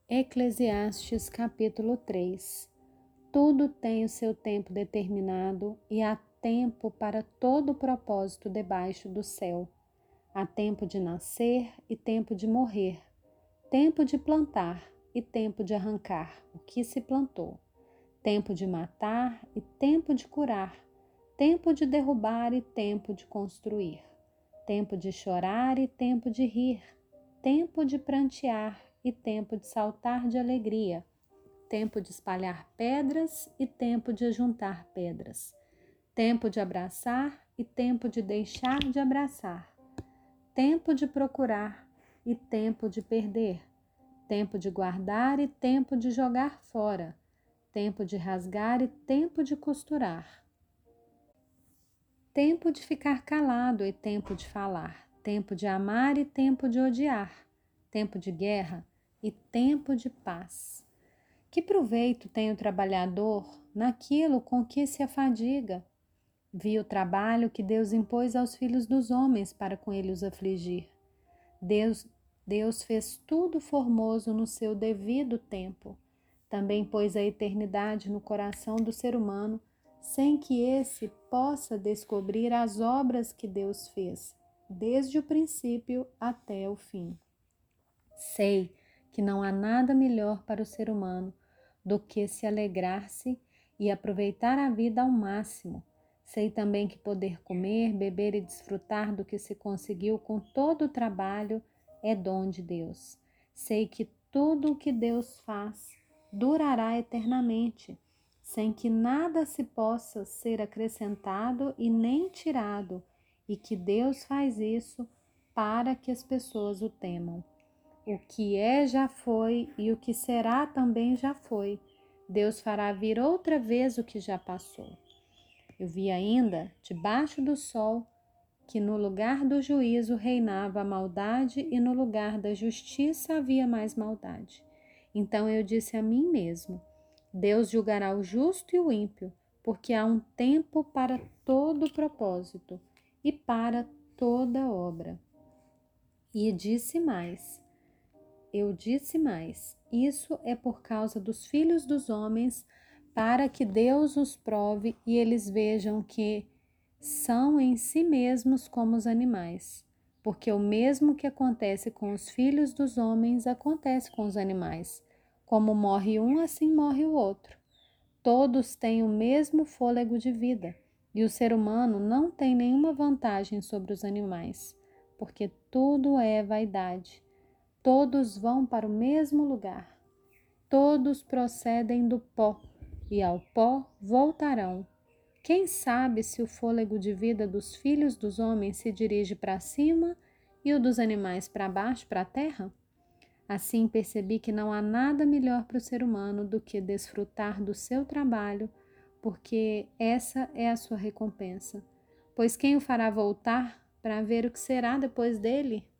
Eclesiastes capítulo 3. Tudo tem o seu tempo determinado e há tempo para todo propósito debaixo do céu. Há tempo de nascer e tempo de morrer, tempo de plantar e tempo de arrancar o que se plantou, tempo de matar e tempo de curar, tempo de derrubar e tempo de construir, tempo de chorar e tempo de rir, tempo de prantear e tempo de saltar de alegria, tempo de espalhar pedras e tempo de ajuntar pedras, tempo de abraçar e tempo de deixar de abraçar, tempo de procurar e tempo de perder, tempo de guardar e tempo de jogar fora, tempo de rasgar e tempo de costurar, tempo de ficar calado e tempo de falar, tempo de amar e tempo de odiar, tempo de guerra e tempo de paz. Que proveito tem o trabalhador naquilo com que se afadiga? Vi o trabalho que Deus impôs aos filhos dos homens para com ele os afligir. Deus fez tudo formoso no seu devido tempo. Também pôs a eternidade no coração do ser humano, sem que esse possa descobrir as obras que Deus fez, desde o princípio até o fim. Sei que não há nada melhor para o ser humano do que se alegrar-se e aproveitar a vida ao máximo. Sei também que poder comer, beber e desfrutar do que se conseguiu com todo o trabalho é dom de Deus. Sei que tudo o que Deus faz durará eternamente, sem que nada se possa ser acrescentado e nem tirado, e que Deus faz isso para que as pessoas o temam. O que é já foi e o que será também já foi. Deus fará vir outra vez o que já passou. Eu vi ainda, debaixo do sol, que no lugar do juízo reinava a maldade e no lugar da justiça havia mais maldade. Então eu disse a mim mesmo: Deus julgará o justo e o ímpio, porque há um tempo para todo propósito e para toda obra. E eu disse mais, isso é por causa dos filhos dos homens, para que Deus os prove e eles vejam que são em si mesmos como os animais. Porque o mesmo que acontece com os filhos dos homens acontece com os animais. Como morre um, assim morre o outro. Todos têm o mesmo fôlego de vida, e o ser humano não tem nenhuma vantagem sobre os animais, porque tudo é vaidade. Todos vão para o mesmo lugar. Todos procedem do pó, e ao pó voltarão. Quem sabe se o fôlego de vida dos filhos dos homens se dirige para cima e o dos animais para baixo, para a terra? Assim percebi que não há nada melhor para o ser humano do que desfrutar do seu trabalho, porque essa é a sua recompensa. Pois quem o fará voltar para ver o que será depois dele?